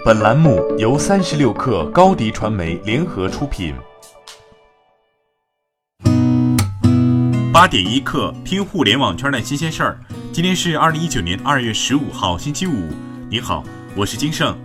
本栏目由36氪高迪传媒联合出品。 8点1刻，听互联网圈的新鲜事儿。今天是2019年2月15号，星期五。你好，我是金盛。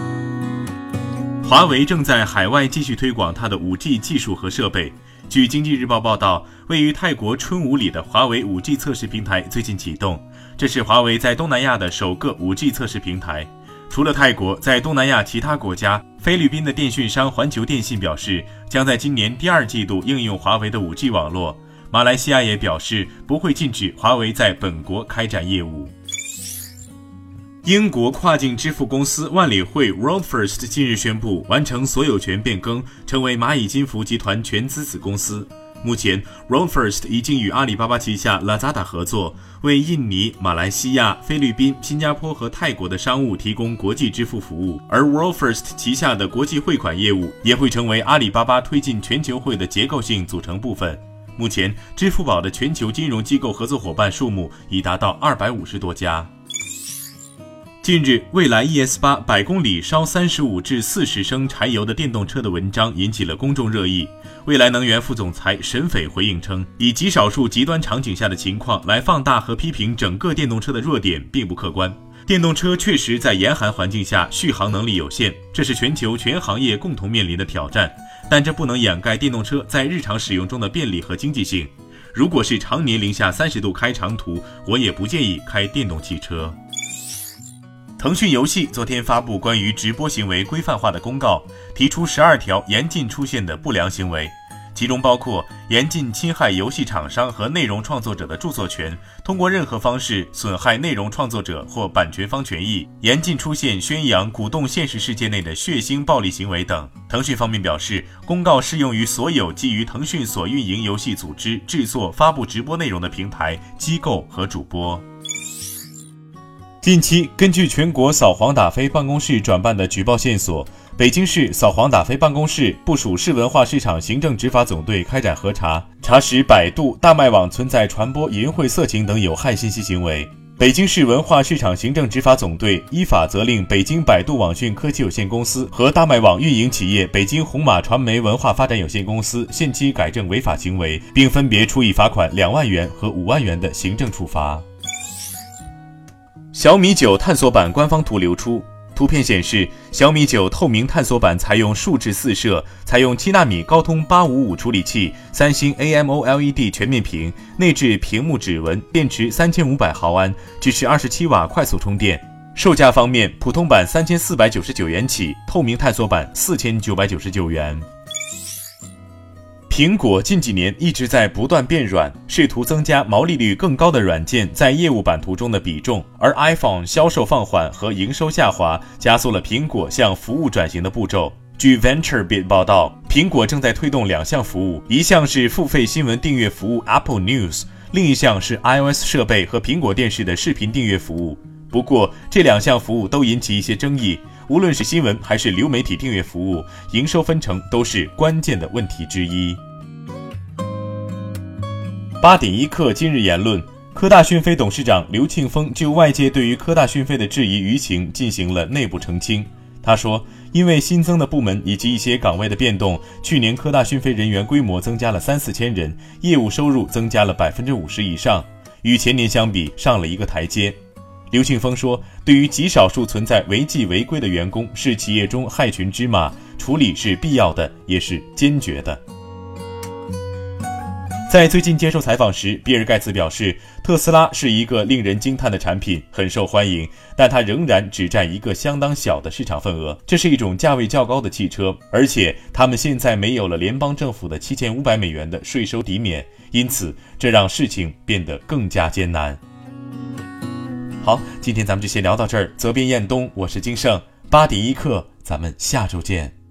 华为正在海外继续推广它的 5G 技术和设备。据经济日报报道，位于泰国春武里的华为 5G 测试平台最近启动，这是华为在东南亚的首个 5G 测试平台。除了泰国，在东南亚其他国家，菲律宾的电讯商环球电信表示，将在今年第2季度应用华为的 5G 网络。马来西亚也表示不会禁止华为在本国开展业务。英国跨境支付公司万里汇 World First 近日宣布完成所有权变更，成为蚂蚁金服集团全资子公司。目前 World First 已经与阿里巴巴旗下 Lazada 合作，为印尼、马来西亚、菲律宾、新加坡和泰国的商务提供国际支付服务，而 World First 旗下的国际汇款业务也会成为阿里巴巴推进全球化的结构性组成部分。目前，支付宝的全球金融机构合作伙伴数目已达到250多家。近日，蔚来 ES8 100公里烧35至40升柴油的电动车的文章引起了公众热议。蔚来能源副总裁沈斐回应称，以极少数极端场景下的情况来放大和批评整个电动车的弱点并不客观。电动车确实在严寒环境下续航能力有限，这是全球全行业共同面临的挑战，但这不能掩盖电动车在日常使用中的便利和经济性。如果是常年零下30度开长途，我也不建议开电动汽车。腾讯游戏昨天发布关于直播行为规范化的公告，提出12条严禁出现的不良行为，其中包括严禁侵害游戏厂商和内容创作者的著作权，通过任何方式损害内容创作者或版权方权益，严禁出现宣扬、鼓动现实世界内的血腥暴力行为等。腾讯方面表示，公告适用于所有基于腾讯所运营游戏组织、制作、发布直播内容的平台、机构和主播。近期，根据全国扫黄打非办公室转办的举报线索，北京市扫黄打非办公室部署市文化市场行政执法总队开展核查，查实百度、大麦网存在传播淫秽色情等有害信息行为。北京市文化市场行政执法总队依法责令北京百度网讯科技有限公司和大麦网运营企业北京红马传媒文化发展有限公司限期改正违法行为，并分别处以罚款2万元和5万元的行政处罚。小米9探索版官方图流出，图片显示小米9透明探索版采用竖置四摄，采用7纳米高通855处理器，三星 AMOLED 全面屏，内置屏幕指纹，电池3500毫安，支持27瓦快速充电。售价方面，普通版3499元起，透明探索版4999元。苹果近几年一直在不断变软，试图增加毛利率更高的软件在业务版图中的比重，而 iPhone 销售放缓和营收下滑加速了苹果向服务转型的步骤。据 VentureBeat 报道，苹果正在推动2项服务，一项是付费新闻订阅服务 Apple News， 另一项是 iOS 设备和苹果电视的视频订阅服务。不过，这2项服务都引起一些争议，无论是新闻还是流媒体订阅服务，营收分成都是关键的问题之一。8点1刻今日言论，科大讯飞董事长刘庆峰就外界对于科大讯飞的质疑舆情进行了内部澄清。他说，因为新增的部门以及一些岗位的变动，去年科大讯飞人员规模增加了3-4千人，业务收入增加了50%以上，与前年相比上了一个台阶。刘庆峰说，对于极少数存在违纪违规的员工，是企业中害群之马，处理是必要的，也是坚决的。在最近接受采访时，比尔盖茨表示，特斯拉是一个令人惊叹的产品，很受欢迎，但它仍然只占一个相当小的市场份额。这是一种价位较高的汽车，而且他们现在没有了联邦政府的7500美元的税收抵免，因此这让事情变得更加艰难。好，今天咱们就先聊到这儿。责编：彦东，我是金盛。8点1刻，咱们下周见。